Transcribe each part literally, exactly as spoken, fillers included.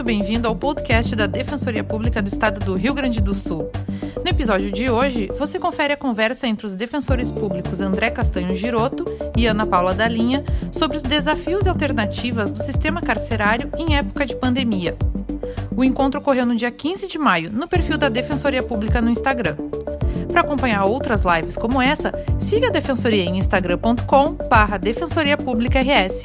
bem-vindo ao podcast da Defensoria Pública do Estado do Rio Grande do Sul. No episódio de hoje, você confere a conversa entre os defensores públicos André Castanho Giroto e Ana Paula Dalinha sobre os desafios e alternativas do sistema carcerário em época de pandemia. O encontro ocorreu no dia quinze de maio, no perfil da Defensoria Pública no Instagram. Para acompanhar outras lives como essa, siga a Defensoria em instagram ponto com barra Defensoria Pública R S.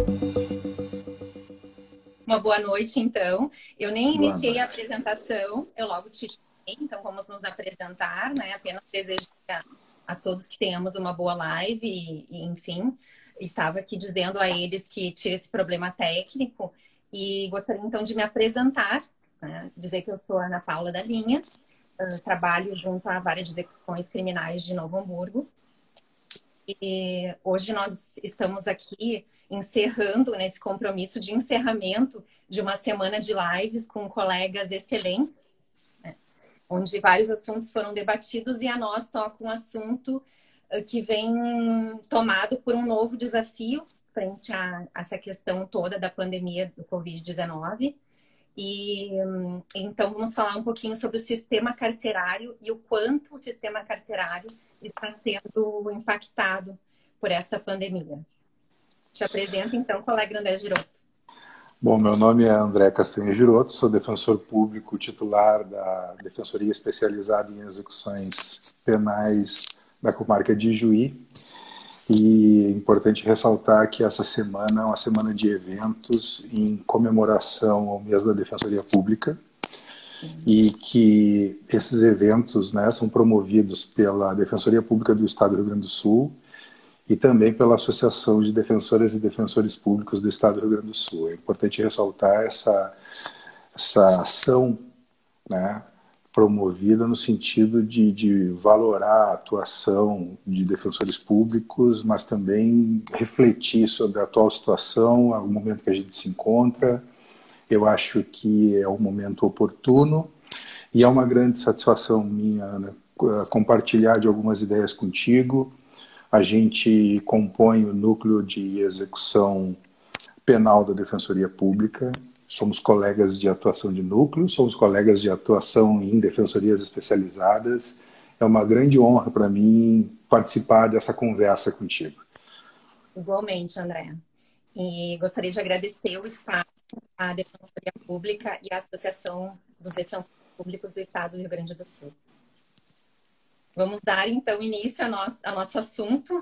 Uma boa noite, então. Eu nem iniciei a apresentação, eu logo te chamei, então vamos nos apresentar, né? Apenas desejo a, a todos que tenhamos uma boa live e, e, enfim, estava aqui dizendo a eles que tive esse problema técnico e gostaria, então, de me apresentar, né? Dizer que eu sou Ana Paula Dalinha, uh, trabalho junto à Vara de Execuções Criminais de Novo Hamburgo. E hoje nós estamos aqui encerrando nesse compromisso de encerramento de uma semana de lives com colegas excelentes, né, onde vários assuntos foram debatidos e a nós toca um assunto uh, que vem tomado por um novo desafio frente a, a essa questão toda da pandemia do covid dezenove. E então vamos falar um pouquinho sobre o sistema carcerário e o quanto o sistema carcerário está sendo impactado por esta pandemia. Te apresento então, colega André Giroto. Bom, meu nome é André Castanho Giroto, sou defensor público titular da Defensoria Especializada em Execuções Penais da comarca de Ijuí. E é importante ressaltar que essa semana é uma semana de eventos em comemoração ao mês da Defensoria Pública e que esses eventos, né, são promovidos pela Defensoria Pública do Estado do Rio Grande do Sul e também pela Associação de Defensoras e Defensores Públicos do Estado do Rio Grande do Sul. É importante ressaltar essa, essa ação, né, promovida no sentido de, de valorar a atuação de defensores públicos, mas também refletir sobre a atual situação, o momento que a gente se encontra. Eu acho que é um momento oportuno e é uma grande satisfação minha, né, compartilhar de algumas ideias contigo. A gente compõe o núcleo de execução penal da Defensoria Pública. Somos colegas de atuação de núcleo, somos colegas de atuação em defensorias especializadas. É uma grande honra para mim participar dessa conversa contigo. Igualmente, André. E gostaria de agradecer o espaço à Defensoria Pública e à Associação dos Defensores Públicos do Estado do Rio Grande do Sul. Vamos dar, então, início ao nosso, ao nosso assunto.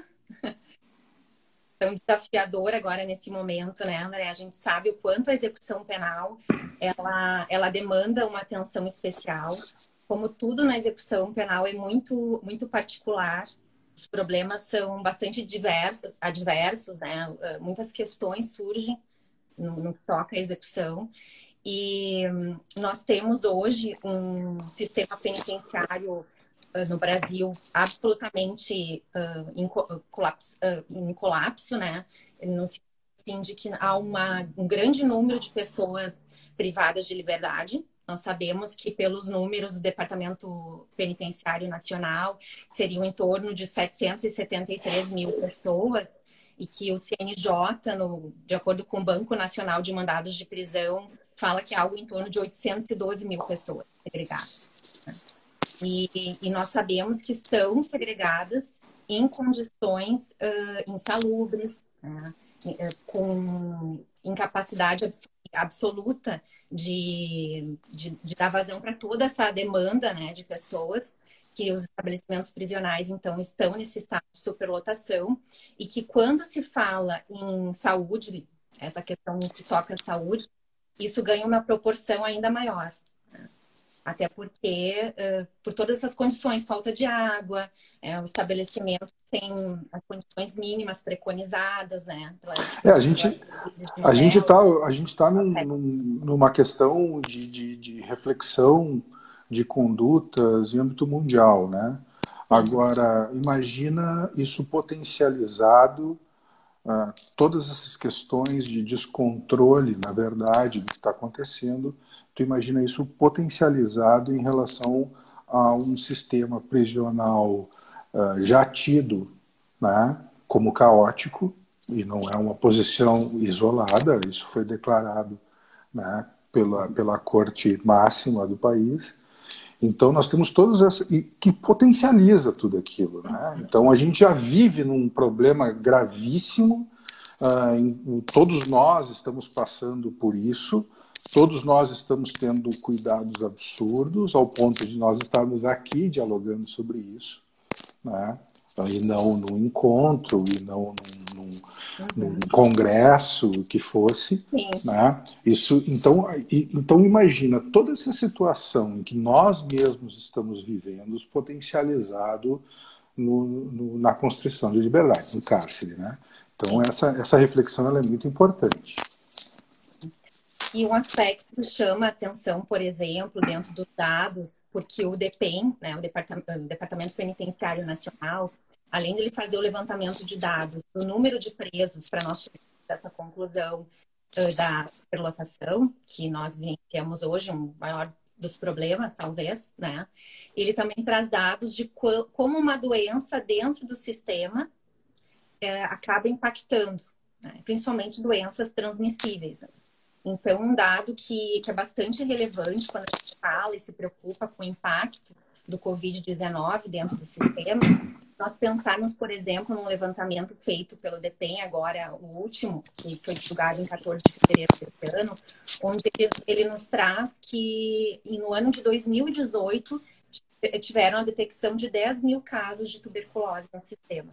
Tão desafiador agora nesse momento, né, André? A gente sabe o quanto a execução penal ela, ela demanda uma atenção especial. Como tudo na execução penal é muito, muito particular, os problemas são bastante diversos, adversos, né? Muitas questões surgem no, no que toca à execução. E nós temos hoje um sistema penitenciário no Brasil absolutamente uh, em, colapso, uh, em colapso, né? No sentido assim, de que há uma, um grande número de pessoas privadas de liberdade. Nós sabemos que pelos números do Departamento Penitenciário Nacional seriam em torno de setecentos e setenta e três mil pessoas e que o C N J, no, de acordo com o Banco Nacional de Mandados de Prisão, fala que há algo em torno de oitocentos e doze mil pessoas segregadas, né? E, e nós sabemos que estão segregadas em condições uh, insalubres, né? Com incapacidade abs absoluta de, de, de dar vazão para toda essa demanda, né, de pessoas, que os estabelecimentos prisionais, então, estão nesse estado de superlotação e que quando se fala em saúde, essa questão que toca a saúde, isso ganha uma proporção ainda maior. Até porque, uh, por todas essas condições, falta de água, é, o estabelecimento sem as condições mínimas preconizadas, né? Pela, é, a gente a gente está a gente está num, num, numa questão de, de, de reflexão de condutas em âmbito mundial, né? Agora, imagina isso potencializado, uh, todas essas questões de descontrole, na verdade, do que está acontecendo. Tu imagina isso potencializado em relação a um sistema prisional uh, já tido, né, como caótico, e não é uma posição isolada, isso foi declarado, né, pela, pela corte máxima do país. Então, nós temos todas essas... E que potencializa tudo aquilo, né? Então, a gente já vive num problema gravíssimo. Uh, em, todos nós estamos passando por isso. Todos nós estamos tendo cuidados absurdos, ao ponto de nós estarmos aqui dialogando sobre isso, né? E não num encontro, e não num, num, num congresso, o que fosse. Né? Isso, então, e, então, imagina toda essa situação em que nós mesmos estamos vivendo, potencializado no, no, na constrição de liberdade, no cárcere. Né? Então, essa, essa reflexão ela é muito importante. E um aspecto que chama a atenção, por exemplo, dentro dos dados, porque o DEPEN, né, o Departamento, o Departamento Penitenciário Nacional, além de ele fazer o levantamento de dados do número de presos para nós chegarmos a essa conclusão uh, da superlotação, que nós temos hoje, um maior dos problemas, talvez, né? Ele também traz dados de como uma doença dentro do sistema é, acaba impactando, né? Principalmente doenças transmissíveis. Né? Então, um dado que, que é bastante relevante quando a gente fala e se preocupa com o impacto do covid dezenove dentro do sistema, nós pensarmos, por exemplo, num levantamento feito pelo DEPEN, agora o último, que foi divulgado em quatorze de fevereiro deste ano, onde ele, ele nos traz que no ano de dois mil e dezoito tiveram a detecção de dez mil casos de tuberculose no sistema.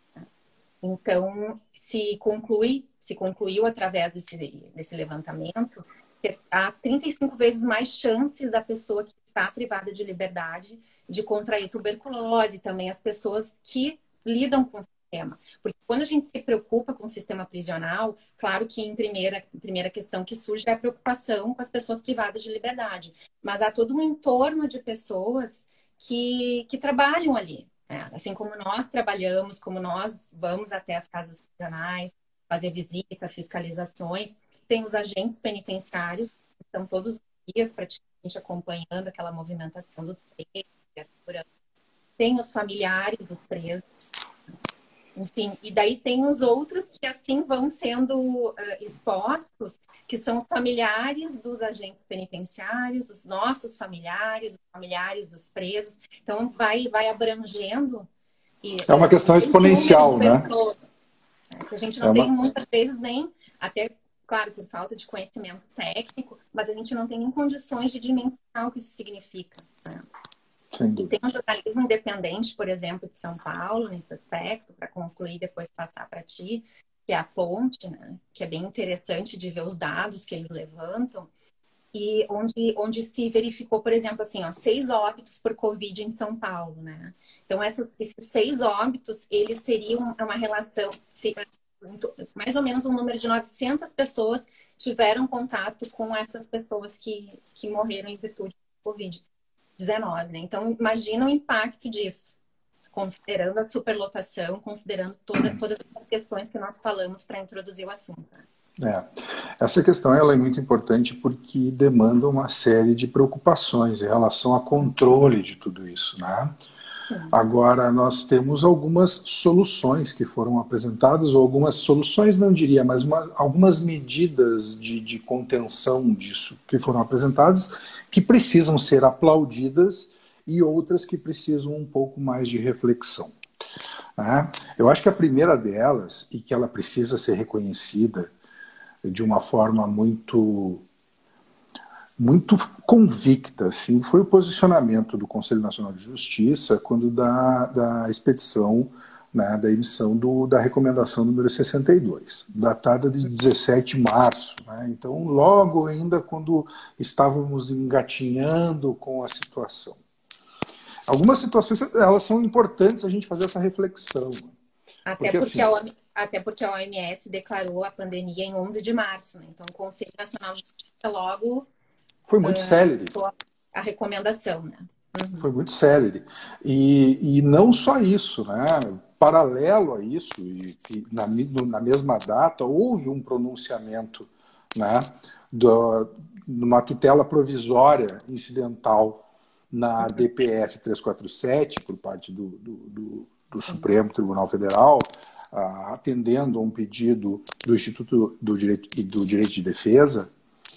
Então, se conclui, se concluiu através desse, desse levantamento, que há trinta e cinco vezes mais chances da pessoa que está privada de liberdade de contrair tuberculose, também as pessoas que lidam com o sistema. Porque quando a gente se preocupa com o sistema prisional, claro que em primeira, primeira questão que surge é a preocupação com as pessoas privadas de liberdade. Mas há todo um entorno de pessoas que, que trabalham ali. É, assim como nós trabalhamos, como nós vamos até as casas prisionais, fazer visita, fiscalizações, tem os agentes penitenciários, que estão todos os dias praticamente acompanhando aquela movimentação dos presos, tem os familiares dos presos, enfim, e daí tem os outros que assim vão sendo uh, expostos, que são os familiares dos agentes penitenciários, os nossos familiares, os familiares dos presos. Então vai, vai abrangendo. E, é uma questão exponencial, né? Pessoas, né? Que a gente não é tem uma... muitas vezes nem, até, claro, por falta de conhecimento técnico, mas a gente não tem nem condições de dimensionar o que isso significa, né? E tem um jornalismo independente, por exemplo, de São Paulo, nesse aspecto, para concluir, depois passar para ti, que é a Ponte, né? Que é bem interessante de ver os dados que eles levantam, e onde, onde se verificou, por exemplo, assim, ó, seis óbitos por Covid em São Paulo, né? Então, essas, esses seis óbitos, eles teriam uma relação, se, mais ou menos um número de novecentas pessoas tiveram contato com essas pessoas que, que morreram em virtude do Covid dezenove, né? Então, imagina o impacto disso, considerando a superlotação, considerando toda, todas as questões que nós falamos para introduzir o assunto. É. Essa questão ela é muito importante porque demanda uma série de preocupações em relação ao controle de tudo isso, né? Agora, nós temos algumas soluções que foram apresentadas, ou algumas soluções, não diria, mas uma, algumas medidas de, de contenção disso que foram apresentadas, que precisam ser aplaudidas e outras que precisam um pouco mais de reflexão. Né? Eu acho que a primeira delas, e que ela precisa ser reconhecida de uma forma muito... muito convicta, assim, foi o posicionamento do Conselho Nacional de Justiça quando da, da expedição, né, da emissão do, da recomendação número sessenta e dois, datada de dezessete de março. Né? Então, logo ainda quando estávamos engatinhando com a situação. Algumas situações, elas são importantes a gente fazer essa reflexão. Até porque, porque, assim, a, até porque a O M S declarou a pandemia em onze de março. Né? Então, o Conselho Nacional de Justiça logo... Foi muito uh, célere. A recomendação, né? Uhum. Foi muito célere. E, e não só isso, né? Paralelo a isso, e, e na, na mesma data, houve um pronunciamento, né, do, numa tutela provisória incidental na D P F trezentos e quarenta e sete, por parte do, do, do, do Supremo Tribunal Federal, uh, atendendo a um pedido do Instituto do Direito, do Direito de Defesa,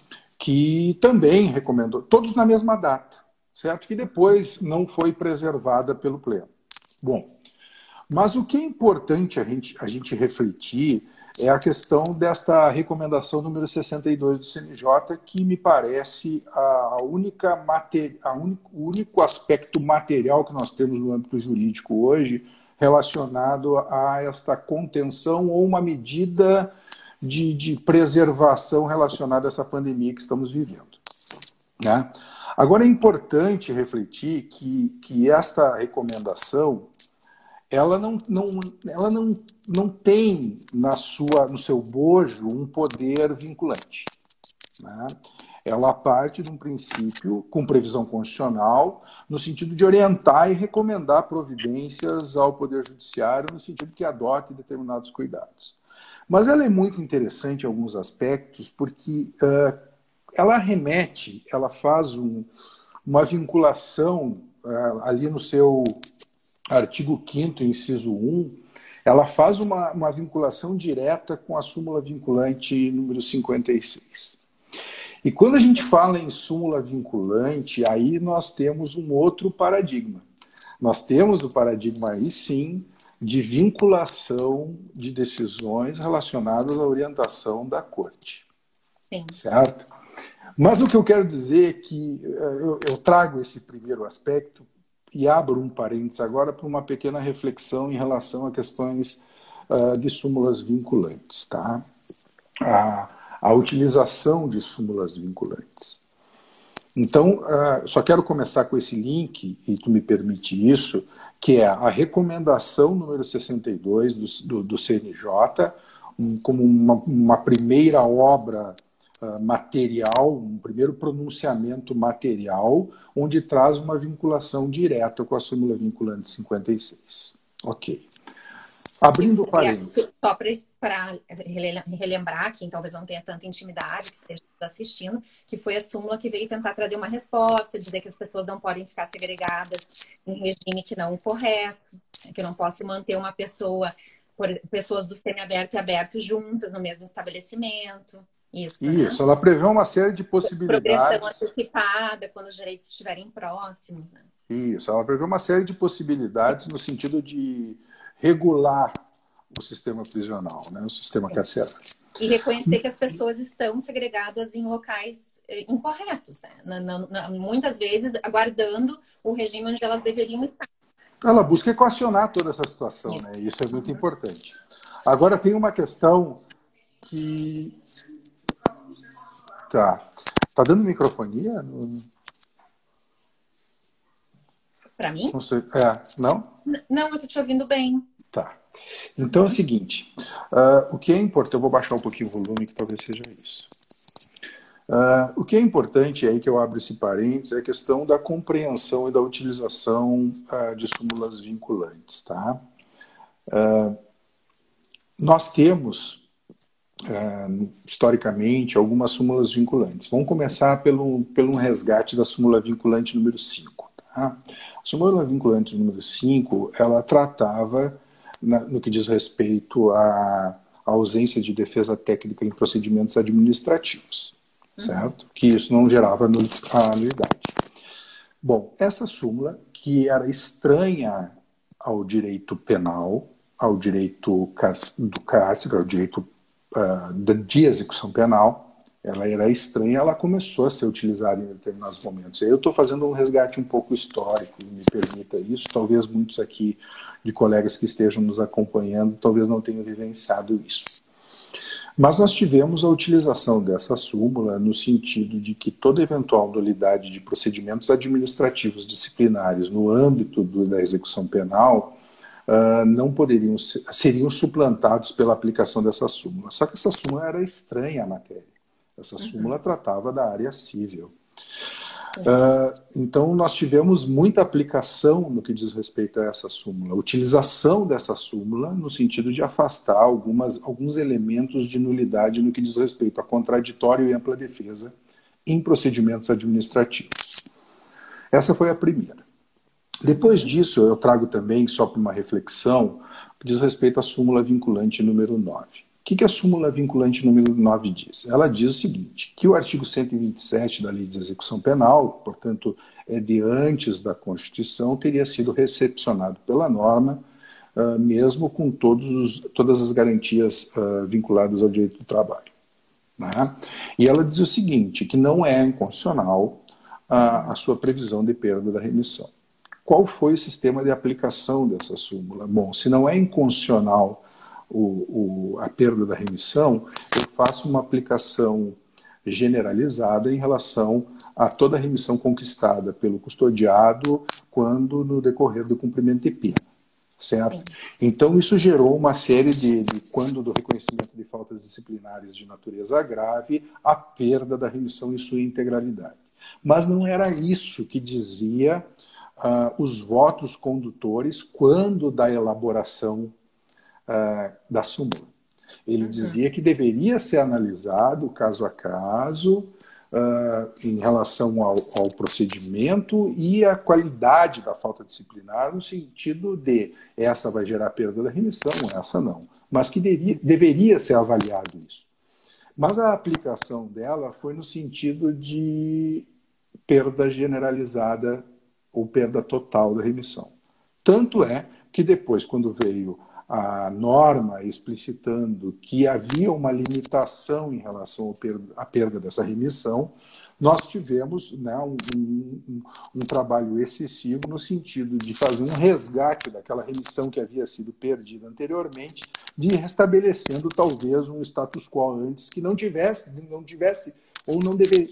que também recomendou, todos na mesma data, certo? Que depois não foi preservada pelo Pleno. Bom, mas o que é importante a gente, a gente refletir é a questão desta recomendação número sessenta e dois do C N J, que me parece a única mater, a único, o único aspecto material que nós temos no âmbito jurídico hoje relacionado a esta contenção ou uma medida de, de preservação relacionada a essa pandemia que estamos vivendo, né? Agora é importante refletir que, que esta recomendação ela não, não, ela não, não tem na sua, no seu bojo um poder vinculante, né? Ela parte de um princípio com previsão constitucional no sentido de orientar e recomendar providências ao Poder Judiciário no sentido que adote determinados cuidados. Mas ela é muito interessante em alguns aspectos porque uh, ela remete, ela faz um, uma vinculação uh, ali no seu artigo quinto, inciso um, ela faz uma, uma vinculação direta com a súmula vinculante número cinquenta e seis. E quando a gente fala em súmula vinculante, aí nós temos um outro paradigma. Nós temos o paradigma, aí sim, de vinculação de decisões relacionadas à orientação da Corte. Sim. Certo? Mas o que eu quero dizer é que eu, eu trago esse primeiro aspecto e abro um parênteses agora para uma pequena reflexão em relação a questões uh, de súmulas vinculantes, tá? A, a utilização de súmulas vinculantes. Então, uh, só quero começar com esse link, e tu me permite isso, que é a recomendação número sessenta e dois do, do, do C N J, um, como uma, uma primeira obra uh, material, um primeiro pronunciamento material, onde traz uma vinculação direta com a súmula vinculante cinquenta e seis. Ok. Abrindo o parênteses. Só para relembrar, quem talvez não tenha tanta intimidade, que esteja assistindo, que foi a súmula que veio tentar trazer uma resposta, dizer que as pessoas não podem ficar segregadas em regime que não é correto, que eu não posso manter uma pessoa, por, pessoas do semiaberto e aberto juntas no mesmo estabelecimento. Isso, Isso, né? Ela prevê uma série de possibilidades. Progressão antecipada, quando os direitos estiverem próximos, né? Isso, ela prevê uma série de possibilidades no sentido de regular o sistema prisional, né, o sistema carcerário. E reconhecer que as pessoas estão segregadas em locais incorretos, né? Na, na, na, muitas vezes aguardando o regime onde elas deveriam estar. Ela busca equacionar toda essa situação, isso, né? Isso é muito importante. Agora tem uma questão que... Tá. Tá dando microfonia? Para mim? Não sei. É, não? Não, eu tô te ouvindo bem. Tá. Então é o seguinte, uh, o que é importante, eu vou baixar um pouquinho o volume, que talvez seja isso. Uh, o que é importante, aí que eu abro esse parênteses, é a questão da compreensão e da utilização uh, de súmulas vinculantes, tá? Uh, nós temos, uh, historicamente, algumas súmulas vinculantes. Vamos começar pelo, pelo resgate da súmula vinculante número cinco. Tá? A súmula vinculante número cinco, ela tratava, na, no que diz respeito à, à ausência de defesa técnica em procedimentos administrativos, uhum. Certo? Que isso não gerava a nulidade. Bom, essa súmula, que era estranha ao direito penal, ao direito do cárcere, ao direito uh, de execução penal, ela era estranha, ela começou a ser utilizada em determinados momentos. Eu estou fazendo um resgate um pouco histórico, me permita isso. Talvez muitos aqui de colegas que estejam nos acompanhando talvez não tenham vivenciado isso. Mas nós tivemos a utilização dessa súmula no sentido de que toda eventual nulidade de procedimentos administrativos disciplinares no âmbito do, da execução penal uh, não poderiam ser, seriam suplantados pela aplicação dessa súmula. Só que essa súmula era estranha à matéria. Essa súmula tratava da área civil. Uh, então, nós tivemos muita aplicação no que diz respeito a essa súmula. Utilização dessa súmula no sentido de afastar algumas, alguns elementos de nulidade no que diz respeito a contraditório e ampla defesa em procedimentos administrativos. Essa foi a primeira. Depois disso, eu trago também, só para uma reflexão, que diz respeito à súmula vinculante número nove. que, que a súmula vinculante número nove diz? Ela diz o seguinte, que o artigo cento e vinte e sete da Lei de Execução Penal, portanto, é de antes da Constituição, teria sido recepcionado pela norma, uh, mesmo com todos os, todas as garantias uh, vinculadas ao direito do trabalho. Né? E ela diz o seguinte, que não é inconstitucional a, a sua previsão de perda da remissão. Qual foi o sistema de aplicação dessa súmula? Bom, se não é inconstitucional o, o, a perda da remissão, eu faço uma aplicação generalizada em relação a toda a remissão conquistada pelo custodiado quando no decorrer do cumprimento de pena. Certo? Sim. Então, isso gerou uma série de, de, quando do reconhecimento de faltas disciplinares de natureza grave, a perda da remissão em sua integralidade. Mas não era isso que dizia uh, os votos condutores quando da elaboração uh, da súmula. Ele uhum. dizia que deveria ser analisado caso a caso, Uh, em relação ao, ao procedimento e à qualidade da falta disciplinar, no sentido de essa vai gerar perda da remissão, essa não. Mas que deveria, deveria ser avaliado isso. Mas a aplicação dela foi no sentido de perda generalizada ou perda total da remissão. Tanto é que depois, quando veio a norma explicitando que havia uma limitação em relação à perda dessa remissão, nós tivemos, né, um, um, um trabalho excessivo no sentido de fazer um resgate daquela remissão que havia sido perdida anteriormente, de restabelecendo talvez um status quo antes que não tivesse, não tivesse ou não, deve,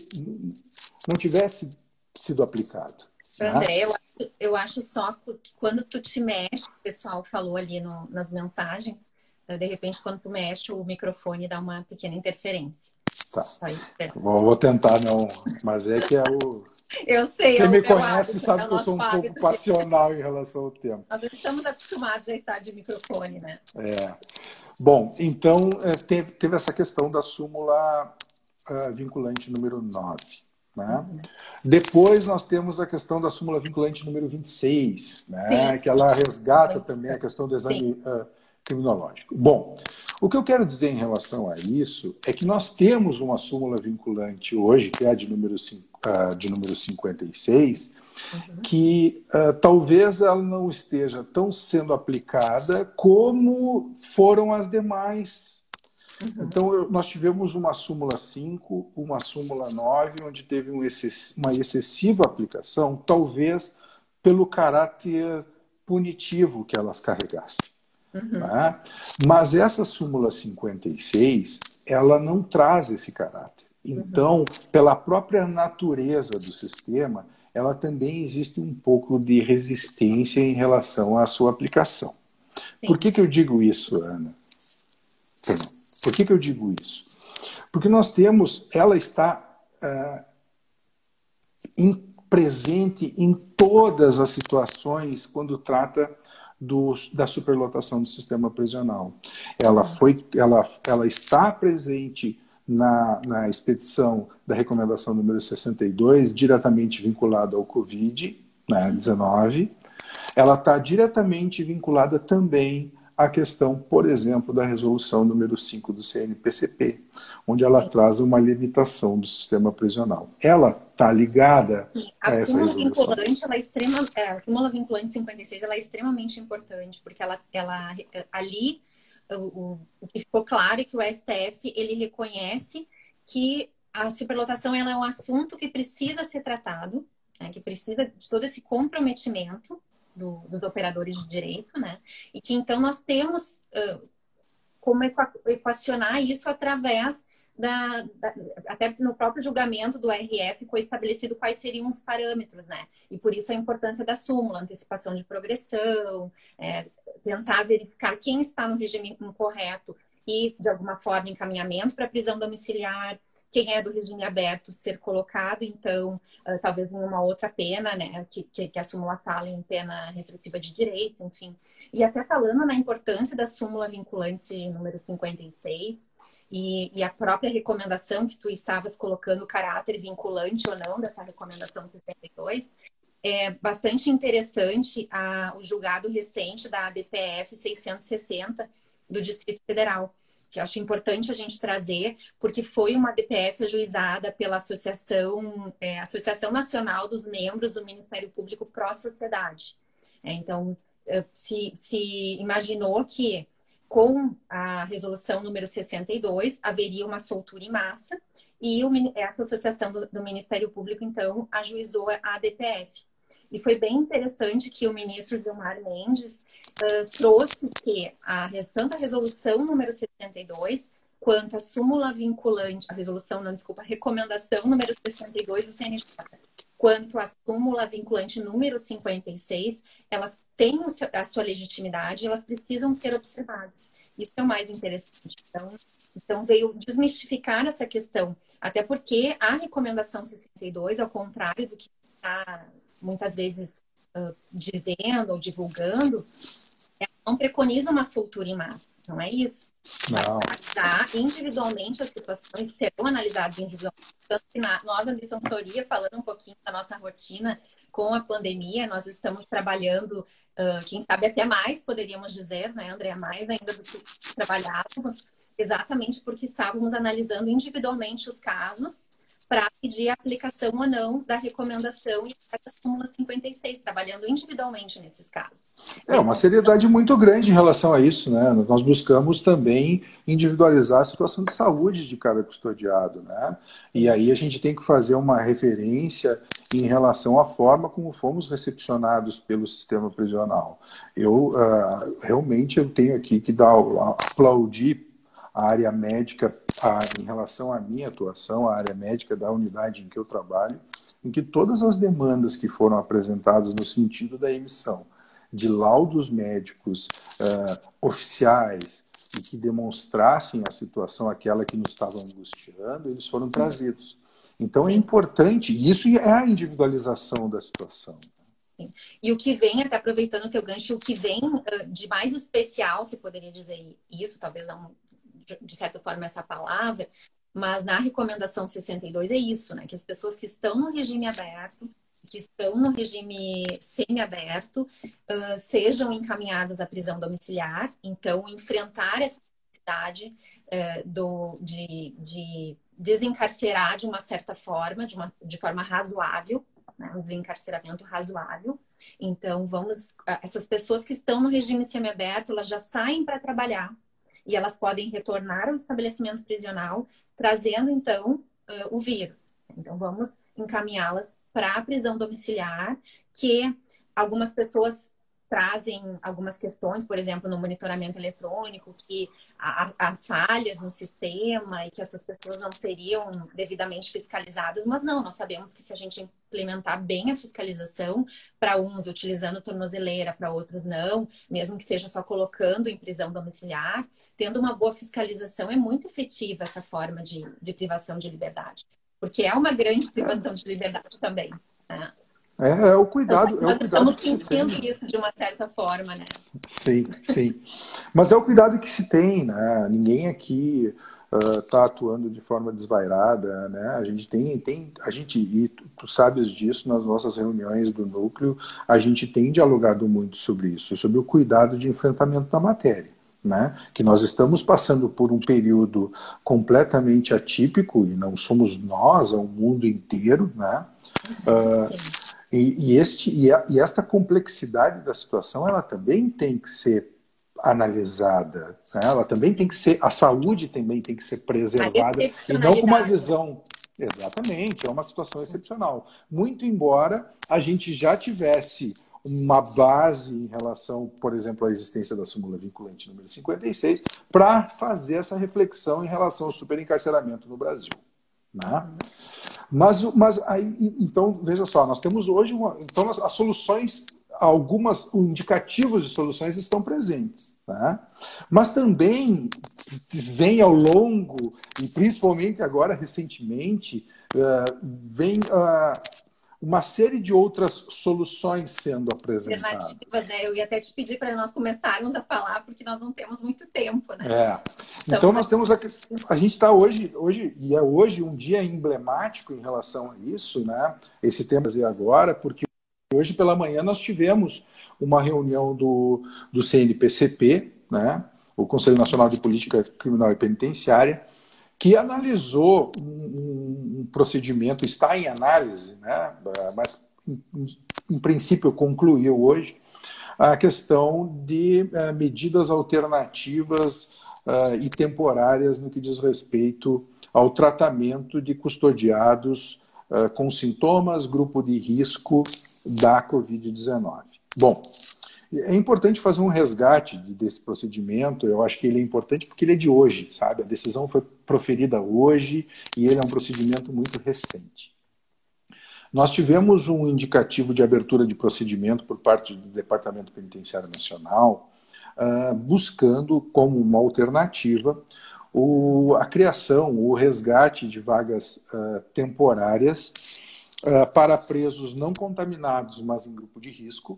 não tivesse sido aplicado. André, eu acho, eu acho só que quando tu te mexe, o pessoal falou ali no, nas mensagens, de repente quando tu mexe o microfone dá uma pequena interferência. Tá. Aí, vou, vou tentar não, mas é que é o... Eu sei. Quem é me o conhece hábito, sabe é que eu sou um pouco passional em relação ao tema. Nós estamos acostumados a estar de microfone, né? É. Bom, então teve, teve essa questão da súmula uh, vinculante número nove. Né? Uhum. Depois nós temos a questão da súmula vinculante número vinte e seis, né? Que ela resgata também a questão do exame uh, criminológico. Bom, o que eu quero dizer em relação a isso é que nós temos uma súmula vinculante hoje, que é a de número, uh, de número cinquenta e seis, uhum. que uh, talvez ela não esteja tão sendo aplicada como foram as demais. Uhum. Então, nós tivemos uma súmula cinco, uma súmula nove, onde teve um excess... uma excessiva aplicação, talvez pelo caráter punitivo que elas carregassem. Uhum. Né? Mas essa súmula cinquenta e seis, ela não traz esse caráter. Então, uhum. pela própria natureza do sistema, ela também existe um pouco de resistência em relação à sua aplicação. Sim. Por que que eu digo isso, Ana? Perdão. Por que que eu digo isso? Porque nós temos, ela está uh, em, presente em todas as situações quando trata do, da superlotação do sistema prisional. Ela, foi, ela, ela está presente na, na expedição da recomendação número sessenta e dois, diretamente vinculada ao Covid dezenove. Né, ela está diretamente vinculada também a questão, por exemplo, da resolução número cinco do C N P C P, onde ela Sim. traz uma limitação do sistema prisional. Ela está ligada Sim. a, a essa resolução. Vinculante, ela é extrema, é, a súmula vinculante cinquenta e seis ela é extremamente importante, porque ela, ela, ali o, o que ficou claro é que o S T F ele reconhece que a superlotação ela é um assunto que precisa ser tratado, né, que precisa de todo esse comprometimento Do, dos operadores de direito, né? E que então nós temos uh, como equacionar isso através da, da... Até no próprio julgamento do R F foi estabelecido quais seriam os parâmetros, né? E por isso a importância da súmula, antecipação de progressão, é, tentar verificar quem está no regime incorreto e, de alguma forma, encaminhamento para prisão domiciliar, quem é do regime aberto ser colocado, então, uh, talvez em uma outra pena, né, que, que, que a súmula fala em pena restritiva de direito, enfim. E até falando na importância da súmula vinculante número cinquenta e seis e, e a própria recomendação que tu estavas colocando o caráter vinculante ou não dessa recomendação sessenta e dois, é bastante interessante a, o julgado recente da A D P F seiscentos e sessenta do Distrito Federal, que eu acho importante a gente trazer, porque foi uma D P F ajuizada pela Associação, é, Associação Nacional dos Membros do Ministério Público Pró-Sociedade. É, então, se, se imaginou que com a resolução número sessenta e dois haveria uma soltura em massa e o, essa associação do, do Ministério Público, então, ajuizou a D P F. E foi bem interessante que o ministro Gilmar Mendes uh, trouxe que a, tanto a resolução número sessenta e dois quanto a súmula vinculante, a resolução, não, desculpa, a recomendação número sessenta e dois do C N J, quanto a súmula vinculante número cinquenta e seis, elas têm a sua legitimidade, elas precisam ser observadas. Isso é o mais interessante. Então, então veio desmistificar essa questão, até porque a recomendação sessenta e dois, ao contrário do que está muitas vezes uh, dizendo ou divulgando, ela não preconiza uma soltura em massa, não é isso? Não. Analisar individualmente as situações, serão analisadas individualmente. Tanto que na, nós, na Defensoria, falando um pouquinho da nossa rotina com a pandemia, nós estamos trabalhando, uh, quem sabe até mais, poderíamos dizer, né, Andréa, mais ainda do que trabalhávamos, exatamente porque estávamos analisando individualmente os casos para pedir a aplicação ou não da recomendação e da súmula cinquenta e seis, trabalhando individualmente nesses casos. É uma seriedade muito grande em relação a isso, né? Nós buscamos também individualizar a situação de saúde de cada custodiado, né? E aí a gente tem que fazer uma referência em relação à forma como fomos recepcionados pelo sistema prisional. Eu, uh, realmente, eu tenho aqui que dar, aplaudir a área médica, a, em relação à minha atuação, a área médica da unidade em que eu trabalho, em que todas as demandas que foram apresentadas no sentido da emissão de laudos médicos uh, oficiais e que demonstrassem a situação aquela que nos estava angustiando, eles foram trazidos. Então é importante, e isso é a individualização da situação. Sim. E o que vem, até aproveitando o teu gancho, o que vem uh, de mais especial, se poderia dizer isso, talvez não de certa forma essa palavra, mas na recomendação sessenta e dois é isso, né? Que as pessoas que estão no regime aberto, que estão no regime semiaberto, uh, sejam encaminhadas à prisão domiciliar, então enfrentar essa necessidade uh, do, de, de desencarcerar de uma certa forma, de, uma, de forma razoável, né? Um desencarceramento razoável. Então, vamos, essas pessoas que estão no regime semiaberto, elas já saem para trabalhar, e elas podem retornar ao estabelecimento prisional, trazendo, então, uh, o vírus. Então, vamos encaminhá-las para a prisão domiciliar, que algumas pessoas trazem algumas questões, por exemplo, no monitoramento eletrônico, que há, há falhas no sistema e que essas pessoas não seriam devidamente fiscalizadas, mas não, nós sabemos que se a gente implementar bem a fiscalização, para uns utilizando tornozeleira, para outros não, mesmo que seja só colocando em prisão domiciliar, tendo uma boa fiscalização, é muito efetiva essa forma de, de privação de liberdade, porque é uma grande privação de liberdade também, né? É, é o cuidado. Nós é o cuidado estamos que sentindo se tem. isso de uma certa forma, né? Sim, sim. Mas é o cuidado que se tem, né? Ninguém aqui está uh, atuando de forma desvairada, né? A gente tem, tem a gente, e tu, tu sabes disso, nas nossas reuniões do núcleo, a gente tem dialogado muito sobre isso, sobre o cuidado de enfrentamento da matéria, né? Que nós estamos passando por um período completamente atípico, e não somos nós, é o mundo inteiro, né? Uh, E, e, este, e, a, e esta complexidade da situação, ela também tem que ser analisada, né? Ela também tem que ser, a saúde também tem que ser preservada, e não com uma visão, exatamente, é uma situação excepcional. Muito embora a gente já tivesse uma base em relação, por exemplo, à existência da súmula vinculante número cinquenta e seis, para fazer essa reflexão em relação ao superencarceramento no Brasil, né? Mas, mas aí, então, veja só, nós temos hoje, uma, então as, as soluções, algumas indicativos de soluções estão presentes, né? Mas também vem ao longo, e principalmente agora recentemente, uh, vem uh, uma série de outras soluções sendo apresentadas. Alternativas, né? Eu ia até te pedir para nós começarmos a falar, porque nós não temos muito tempo, né? É. Então nós temos a, a gente está hoje, hoje, e é hoje um dia emblemático em relação a isso, né? Esse tema agora, porque hoje pela manhã nós tivemos uma reunião do, do C N P C P, né? o Conselho Nacional de Política Criminal e Penitenciária, que analisou um, um procedimento, está em análise, né, mas em, em princípio concluiu hoje, a questão de uh, medidas alternativas uh, e temporárias no que diz respeito ao tratamento de custodiados uh, com sintomas, grupo de risco da covid dezenove. Bom, é importante fazer um resgate desse procedimento. Eu acho que ele é importante porque ele é de hoje, sabe? A decisão foi proferida hoje e ele é um procedimento muito recente. Nós tivemos um indicativo de abertura de procedimento por parte do Departamento Penitenciário Nacional, uh, buscando como uma alternativa o, a criação, o resgate de vagas uh, temporárias uh, para presos não contaminados, mas em grupo de risco,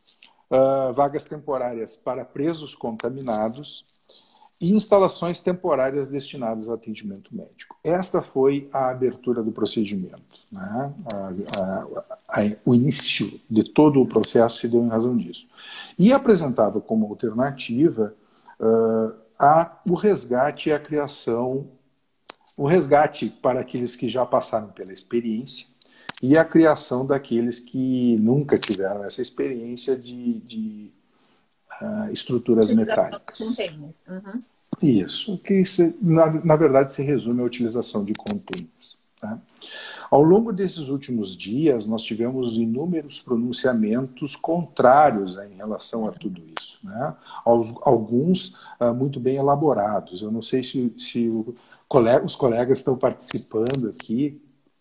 Uh, vagas temporárias para presos contaminados e instalações temporárias destinadas a atendimento médico. Esta foi a abertura do procedimento, né? a, a, a, o início de todo o processo se deu em razão disso. E apresentava como alternativa uh, a, o resgate e a criação, o resgate para aqueles que já passaram pela experiência, e a criação daqueles que nunca tiveram essa experiência de, de uh, estruturas metálicas. Uhum. Isso, que se, na, na verdade se resume à utilização de containers. Tá? Ao longo desses últimos dias, nós tivemos inúmeros pronunciamentos contrários, né, em relação a tudo isso. Né? Alguns uh, muito bem elaborados. Eu não sei se, se o colega, os colegas estão participando aqui,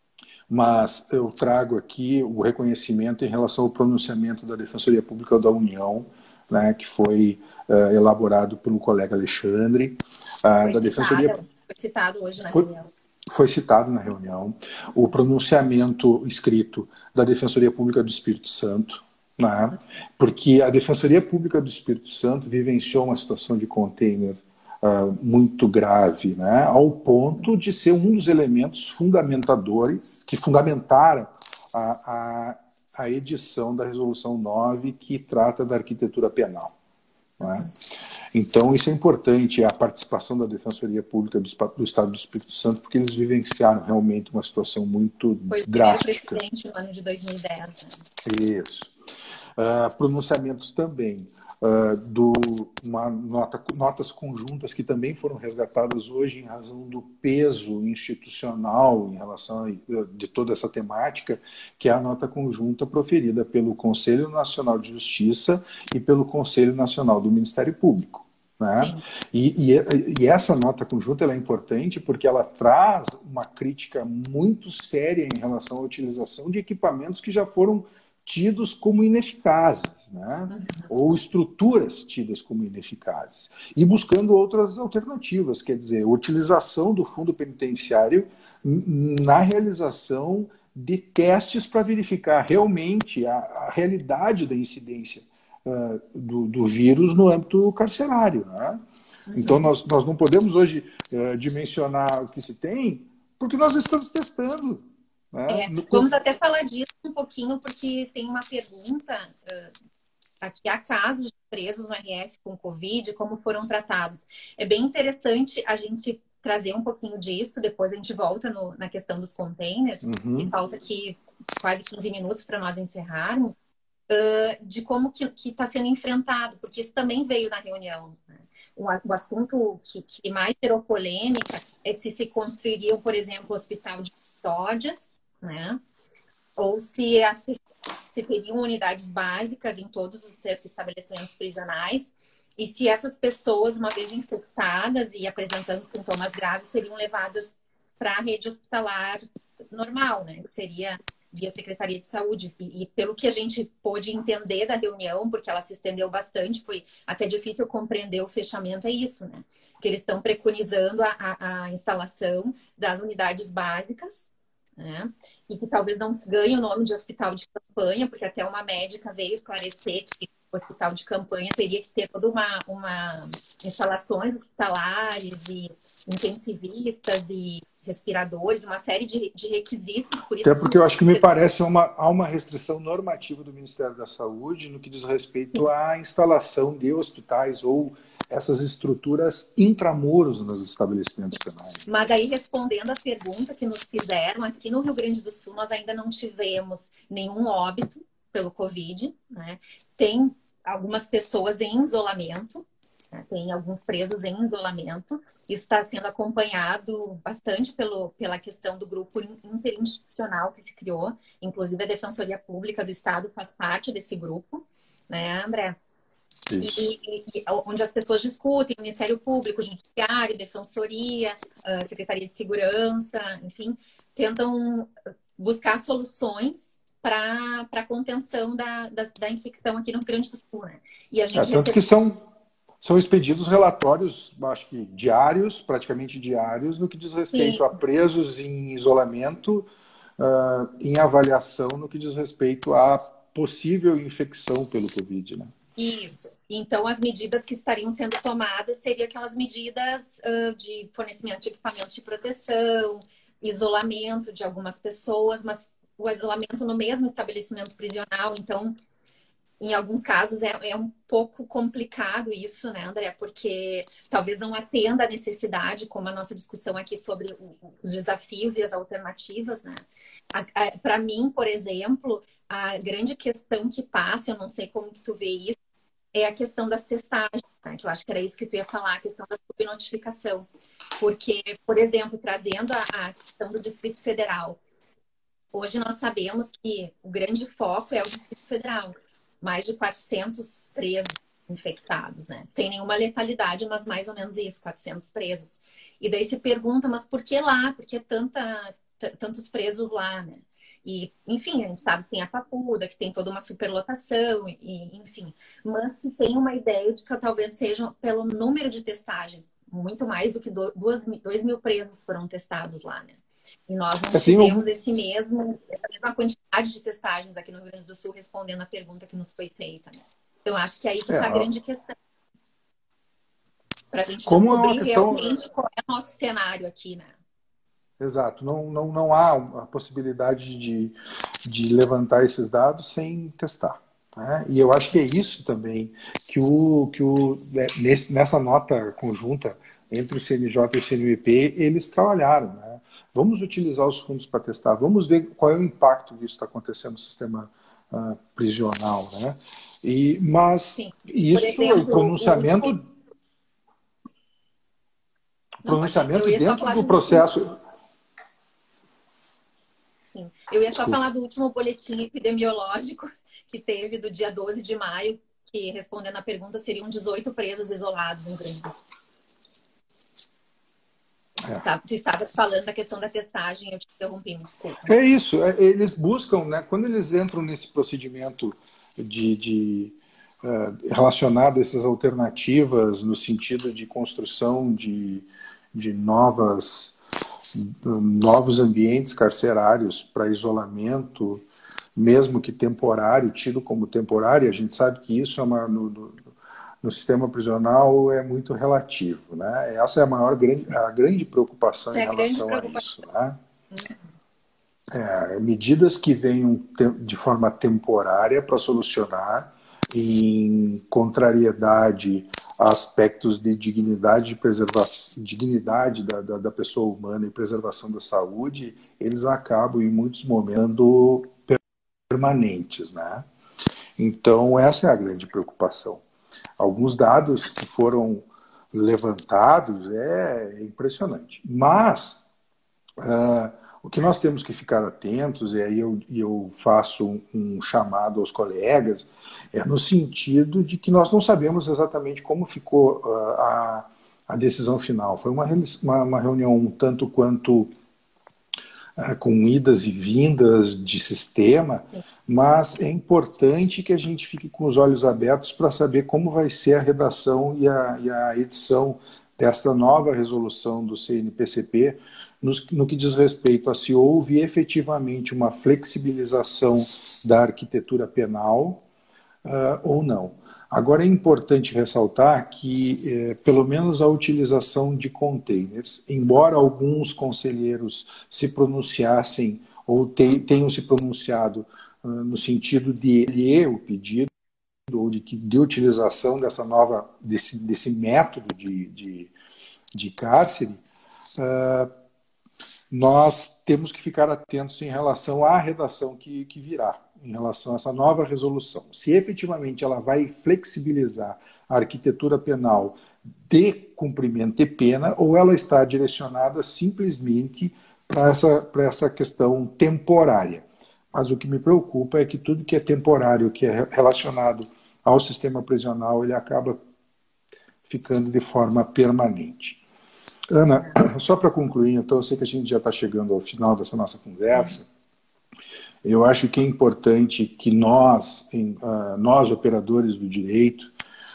mas eu trago aqui o reconhecimento em relação ao pronunciamento da Defensoria Pública da União, né, que foi uh, elaborado pelo colega Alexandre. Uh, foi, da citado, Defensoria... foi citado hoje na foi, reunião. Foi citado na reunião. O pronunciamento escrito da Defensoria Pública do Espírito Santo, né, porque a Defensoria Pública do Espírito Santo vivenciou uma situação de container Uh, muito grave, né, ao ponto de ser um dos elementos fundamentadores, que fundamentaram a, a, a edição da Resolução nove, que trata da arquitetura penal. Né? Então, isso é importante, a participação da Defensoria Pública do, do Estado do Espírito Santo, porque eles vivenciaram realmente uma situação muito Foi drástica. Foi o primeiro presidente no ano de dois mil e dez. Né? Isso. Uh, pronunciamentos também, uh, do, uma nota, notas conjuntas que também foram resgatadas hoje em razão do peso institucional em relação a, de toda essa temática, que é a nota conjunta proferida pelo Conselho Nacional de Justiça e pelo Conselho Nacional do Ministério Público. Né? E, e, e essa nota conjunta ela é importante porque ela traz uma crítica muito séria em relação à utilização de equipamentos que já foram tidos como ineficazes, né? Uhum. Ou estruturas tidas como ineficazes, e buscando outras alternativas, quer dizer, a utilização do fundo penitenciário na realização de testes para verificar realmente a, a realidade da incidência uh, do, do vírus no âmbito carcerário. Né? Uhum. Então, nós, nós não podemos hoje uh, dimensionar o que se tem, porque nós estamos testando. É, vamos até falar disso um pouquinho, porque tem uma pergunta uh, aqui: há casos de presos no R S com Covid, como foram tratados? É bem interessante a gente trazer um pouquinho disso, depois a gente volta no, na questão dos containers, uhum. E falta aqui quase quinze minutos para nós encerrarmos, uh, de como que está sendo enfrentado, porque isso também veio na reunião. Né? O, o assunto que, que mais gerou polêmica é se se construiriam, por exemplo, o hospital de custódias, né? Ou se, as, se teriam unidades básicas em todos os estabelecimentos prisionais e se essas pessoas, uma vez infectadas e apresentando sintomas graves, seriam levadas para a rede hospitalar normal, né? Que seria via Secretaria de Saúde. E, e pelo que a gente pôde entender da reunião, porque ela se estendeu bastante, foi até difícil compreender o fechamento, é isso, né? Que eles estão preconizando a, a, a instalação das unidades básicas, né? E que talvez não se ganhe o nome de hospital de campanha, porque até uma médica veio esclarecer que o hospital de campanha teria que ter toda uma, uma instalações hospitalares e intensivistas e respiradores, uma série de, de requisitos. Por isso Até porque eu acho que me parece uma, há uma restrição normativa do Ministério da Saúde no que diz respeito à instalação de hospitais ou essas estruturas intramuros nos estabelecimentos penais. Mas daí, respondendo a pergunta que nos fizeram, aqui no Rio Grande do Sul, nós ainda não tivemos nenhum óbito pelo Covid, né? Tem algumas pessoas em isolamento, né? Tem alguns presos em isolamento. Isso está sendo acompanhado bastante pelo, pela questão do grupo interinstitucional que se criou. Inclusive, a Defensoria Pública do Estado faz parte desse grupo, né, André? E, e, onde as pessoas discutem, Ministério Público, Judiciário, Defensoria, Secretaria de Segurança, enfim, tentam buscar soluções para a contenção da, da, da infecção aqui no Rio Grande do Sul, né? E a gente é, tanto recebe... que são, são expedidos relatórios, acho que diários, praticamente diários, no que diz respeito Sim. a presos em isolamento, uh, em avaliação no que diz respeito à possível infecção pelo Covid, né? Isso. Então, as medidas que estariam sendo tomadas seriam aquelas medidas uh, de fornecimento de equipamentos de proteção, isolamento de algumas pessoas, mas o isolamento no mesmo estabelecimento prisional. Então, em alguns casos, é, é um pouco complicado isso, né, André? Porque talvez não atenda à necessidade, como a nossa discussão aqui sobre o, os desafios e as alternativas, né? Para mim, por exemplo, a grande questão que passa, eu não sei como que tu vê isso, é a questão das testagens, né? Que eu acho que era isso que tu ia falar, a questão da subnotificação. Porque, por exemplo, trazendo a, a questão do Distrito Federal, hoje nós sabemos que o grande foco é o Distrito Federal. Mais de quatrocentos presos infectados, né? Sem nenhuma letalidade, mas mais ou menos isso, quatrocentos presos. E daí se pergunta, mas por que lá? Por que tanta, tantos presos lá, né? E, enfim, a gente sabe que tem a Papuda, que tem toda uma superlotação, e, enfim. Mas se tem uma ideia de que talvez seja pelo número de testagens, muito mais do que dois mil presos foram testados lá, né? E nós não tivemos esse mesmo, essa mesma quantidade de testagens aqui no Rio Grande do Sul, respondendo a pergunta que nos foi feita, né? Então, acho que aí que está é, a grande questão. Para a gente Como descobrir é questão... realmente qual é o nosso cenário aqui, né? Exato. Não, não, não há a possibilidade de, de levantar esses dados sem testar, né? E eu acho que é isso também que, o, que o, nesse, nessa nota conjunta entre o C N J e o C N M P, eles trabalharam, né? Vamos utilizar os fundos para testar, vamos ver qual é o impacto que isso está acontecendo no sistema uh, prisional, né? E, mas Sim. isso, exemplo, o pronunciamento, o último... Não, pronunciamento dentro do processo... Sim. Eu ia Desculpa. só falar do último boletim epidemiológico que teve do dia doze de maio, que, respondendo à pergunta, seriam dezoito presos isolados no Rio Grande do Sul. É. Tá, tu estava falando da questão da testagem, eu te interrompi, me desculpa. É isso, eles buscam, né, quando eles entram nesse procedimento de, de uh, relacionado a essas alternativas no sentido de construção de, de novas, novos ambientes carcerários para isolamento, mesmo que temporário, tido como temporário, a gente sabe que isso é uma... No, no, no sistema prisional é muito relativo, né? Essa é a maior grande, a grande preocupação é em relação preocupação. a isso, né? É, medidas que venham de forma temporária para solucionar em contrariedade a aspectos de dignidade, de preservação, dignidade da, da, da pessoa humana e preservação da saúde, eles acabam em muitos momentos permanentes, né? Então essa é a grande preocupação. Alguns dados que foram levantados é impressionante. Mas uh, o que nós temos que ficar atentos, e aí eu, eu faço um, um chamado aos colegas, é no sentido de que nós não sabemos exatamente como ficou uh, a, a decisão final. Foi uma, uma, uma reunião um tanto quanto uh, com idas e vindas de sistema, mas é importante que a gente fique com os olhos abertos para saber como vai ser a redação e a, e a edição desta nova resolução do C N P C P, no, no que diz respeito a se houve efetivamente uma flexibilização da arquitetura penal uh, ou não. Agora é importante ressaltar que, eh, pelo menos a utilização de containers, embora alguns conselheiros se pronunciassem ou te, tenham se pronunciado no sentido de ler o pedido, ou de, de utilização dessa nova, desse, desse método de, de, de cárcere, uh, nós temos que ficar atentos em relação à redação que, que virá, em relação a essa nova resolução. Se efetivamente ela vai flexibilizar a arquitetura penal de cumprimento de pena, ou ela está direcionada simplesmente para essa, para essa questão temporária. Mas o que me preocupa é que tudo que é temporário, que é relacionado ao sistema prisional, ele acaba ficando de forma permanente. Ana, só para concluir, então eu sei que a gente já está chegando ao final dessa nossa conversa. Eu acho que é importante que nós, em, uh, nós operadores do direito,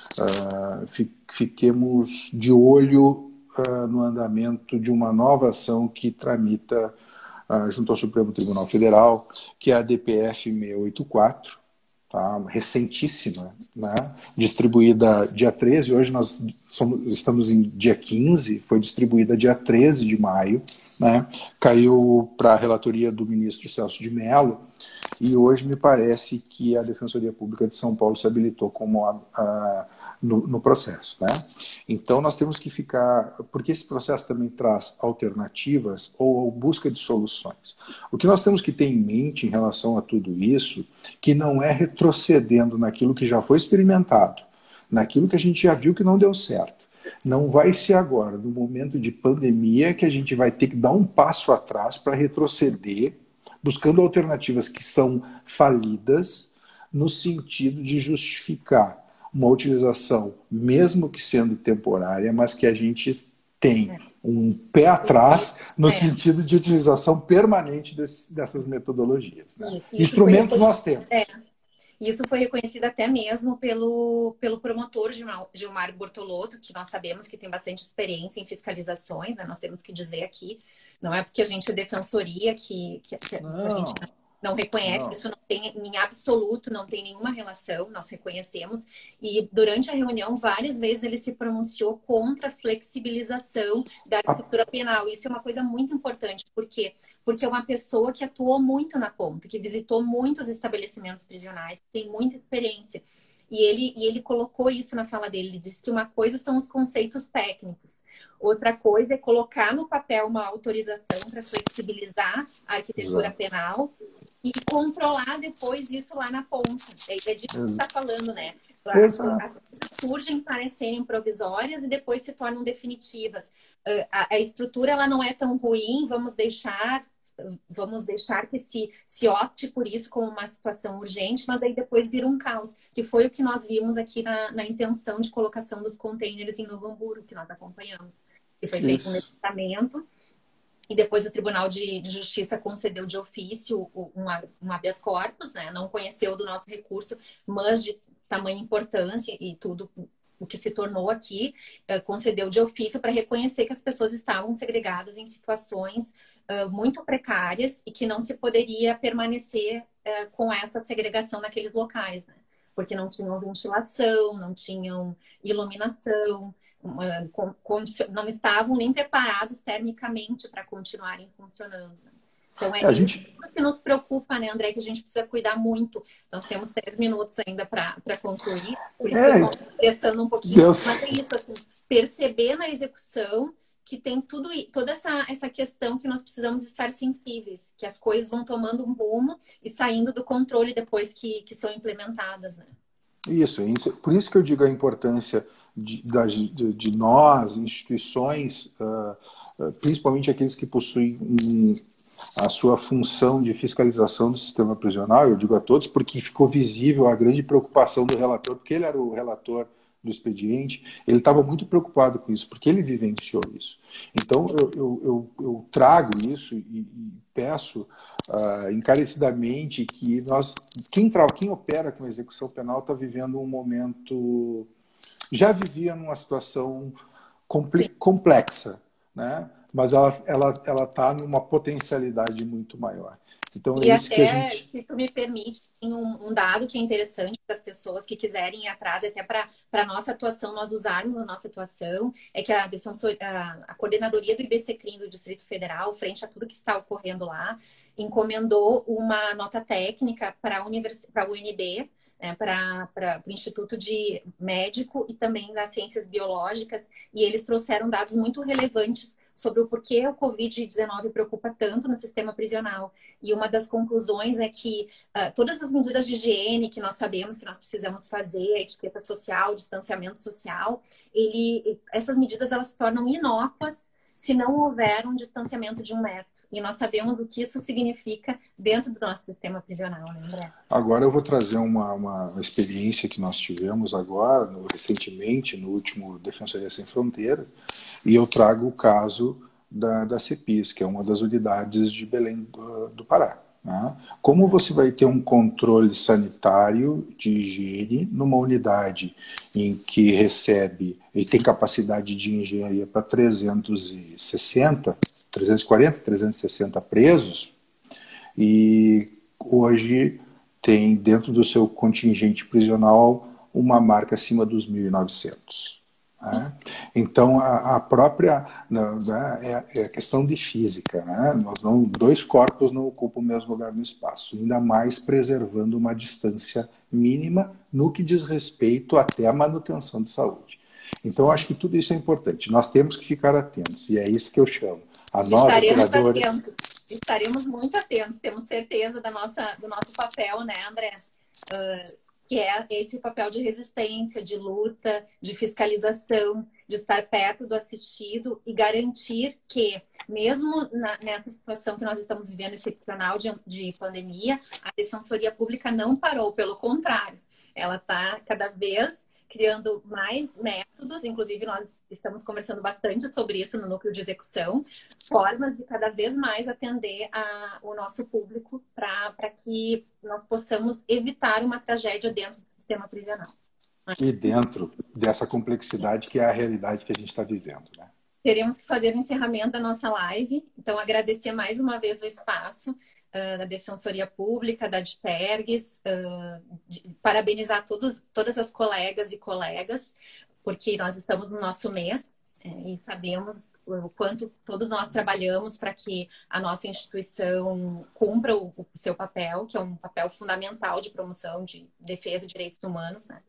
uh, fiquemos de olho uh, no andamento de uma nova ação que tramita uh, junto ao Supremo Tribunal Federal, que é a D P F seiscentos e oitenta e quatro, tá? Recentíssima, né? Distribuída dia treze, hoje nós somos, estamos em dia quinze, foi distribuída dia treze de maio, né? Caiu para a relatoria do ministro Celso de Mello, e hoje me parece que a Defensoria Pública de São Paulo se habilitou como a, a, no, no processo, né? Então nós temos que ficar, porque esse processo também traz alternativas ou, ou busca de soluções. O que nós temos que ter em mente em relação a tudo isso, que não é retrocedendo naquilo que já foi experimentado, naquilo que a gente já viu que não deu certo. Não vai ser agora, no momento de pandemia, que a gente vai ter que dar um passo atrás para retroceder, buscando alternativas que são falidas, no sentido de justificar uma utilização, mesmo que sendo temporária, mas que a gente tem um pé atrás no é. sentido de utilização permanente desse, dessas metodologias. Né? Isso, isso Instrumentos nós temos. É. Isso foi reconhecido até mesmo pelo, pelo promotor Gilmar Bortolotto, que nós sabemos que tem bastante experiência em fiscalizações, né? Nós temos que dizer aqui, não é porque a gente é defensoria que, que, que a gente não reconhece, não. Isso não tem em absoluto, não tem nenhuma relação, nós reconhecemos. E durante a reunião, várias vezes ele se pronunciou contra a flexibilização da arquitetura penal. Isso é uma coisa muito importante, por quê? Porque é uma pessoa que atuou muito na ponta, que visitou muitos estabelecimentos prisionais, tem muita experiência. E ele, e ele colocou isso na fala dele, ele disse que uma coisa são os conceitos técnicos, outra coisa é colocar no papel uma autorização para flexibilizar a arquitetura Exato. penal e controlar depois isso lá na ponta. É, é disso que você está falando, né? As, as coisas surgem para serem provisórias e depois se tornam definitivas. A, a estrutura ela não é tão ruim, vamos deixar... vamos deixar que se, se opte por isso como uma situação urgente, mas aí depois vira um caos, que foi o que nós vimos aqui na, na intenção de colocação dos containers em Novo Hamburgo, que nós acompanhamos. Que foi feito isso. um levantamento, e depois o Tribunal de, de Justiça concedeu de ofício um, um habeas corpus, né? Não conheceu do nosso recurso, mas de tamanha importância e tudo o que se tornou aqui, uh, concedeu de ofício para reconhecer que as pessoas estavam segregadas em situações uh, muito precárias e que não se poderia permanecer uh, com essa segregação naqueles locais, né? Porque não tinham ventilação, não tinham iluminação, uh, não estavam nem preparados termicamente para continuarem funcionando, né? Então é, é isso gente... que nos preocupa, né, André, que a gente precisa cuidar muito. Então, nós temos três minutos ainda para concluir, por isso é. que eu estou pressando um pouquinho. Deus. Mas é isso, assim, perceber na execução que tem tudo, toda essa, essa questão que nós precisamos estar sensíveis, que as coisas vão tomando um rumo e saindo do controle depois que, que são implementadas, né? Isso, por isso que eu digo a importância de, de, de nós, instituições, uh, principalmente aqueles que possuem um, a sua função de fiscalização do sistema prisional, eu digo a todos, porque ficou visível a grande preocupação do relator, porque ele era o relator do expediente, ele estava muito preocupado com isso, porque ele vivenciou isso. Então, eu, eu, eu, eu trago isso e, e peço uh, encarecidamente que nós, quem, quem opera com a execução penal está vivendo um momento, já vivia numa situação complexa, né? Mas ela ela ela está numa potencialidade muito maior. Então, e é isso até, que a gente... se tu me permite, tem um, um dado que é interessante para as pessoas que quiserem ir atrás, até para a nossa atuação, nós usarmos a nossa atuação, é que a, defensor, a, a coordenadoria do I B C C R I M do Distrito Federal, frente a tudo que está ocorrendo lá, encomendou uma nota técnica para a U N B, né, para o Instituto de Médico e também das Ciências Biológicas, e eles trouxeram dados muito relevantes sobre o porquê o covid dezenove preocupa tanto no sistema prisional. E uma das conclusões é que uh, todas as medidas de higiene que nós sabemos que nós precisamos fazer, a etiqueta social, distanciamento social, ele, essas medidas elas se tornam inócuas se não houver um distanciamento de um metro. E nós sabemos o que isso significa dentro do nosso sistema prisional, né, André? Agora eu vou trazer uma, uma experiência que nós tivemos agora, no, recentemente, no último Defensoria Sem Fronteiras, e eu trago o caso da, da CEPIS, que é uma das unidades de Belém do, do Pará. Né? Como você vai ter um controle sanitário de higiene numa unidade em que recebe e tem capacidade de engenharia para trezentos e sessenta, trezentos e quarenta, trezentos e sessenta presos, e hoje tem dentro do seu contingente prisional uma marca acima dos mil e novecentos. Né? Então, a, a própria né, é, é a questão de física. Né? Nós não, dois corpos não ocupam o mesmo lugar no espaço, ainda mais preservando uma distância mínima no que diz respeito até à manutenção de saúde. Então, eu acho que tudo isso é importante. Nós temos que ficar atentos, e é isso que eu chamo. A nós, Estaremos operadores... atentos. Estaremos muito atentos, temos certeza da nossa, do nosso papel, né, André? Uh... que é esse papel de resistência, de luta, de fiscalização, de estar perto do assistido e garantir que, mesmo na, nessa situação que nós estamos vivendo excepcional de, de pandemia, a Defensoria Pública não parou, pelo contrário, ela está cada vez criando mais métodos, inclusive nós estamos conversando bastante sobre isso no núcleo de execução, formas de cada vez mais atender a, o nosso público para que nós possamos evitar uma tragédia dentro do sistema prisional. E dentro dessa complexidade que é a realidade que a gente está vivendo, né? Teremos que fazer o encerramento da nossa live. Então, agradecer mais uma vez o espaço uh, da Defensoria Pública, da DIPERGS, uh, de, parabenizar todos, todas as colegas e colegas, porque nós estamos no nosso mês é, e sabemos o quanto todos nós trabalhamos para que a nossa instituição cumpra o, o seu papel, que é um papel fundamental de promoção, de defesa de direitos humanos, né?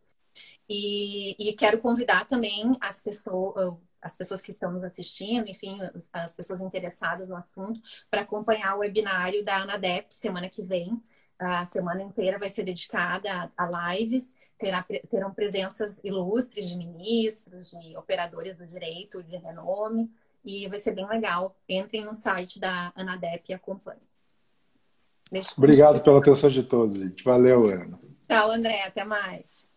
E, e quero convidar também as pessoas... as pessoas que estão nos assistindo, enfim, as pessoas interessadas no assunto, para acompanhar o webinário da ANADEP semana que vem. A semana inteira vai ser dedicada a, a lives, terá, terão presenças ilustres de ministros, de operadores do direito, de renome, e vai ser bem legal. Entrem no site da ANADEP e acompanhem. Obrigado pela atenção de todos, gente. Valeu, Ana. Tchau, André. Até mais.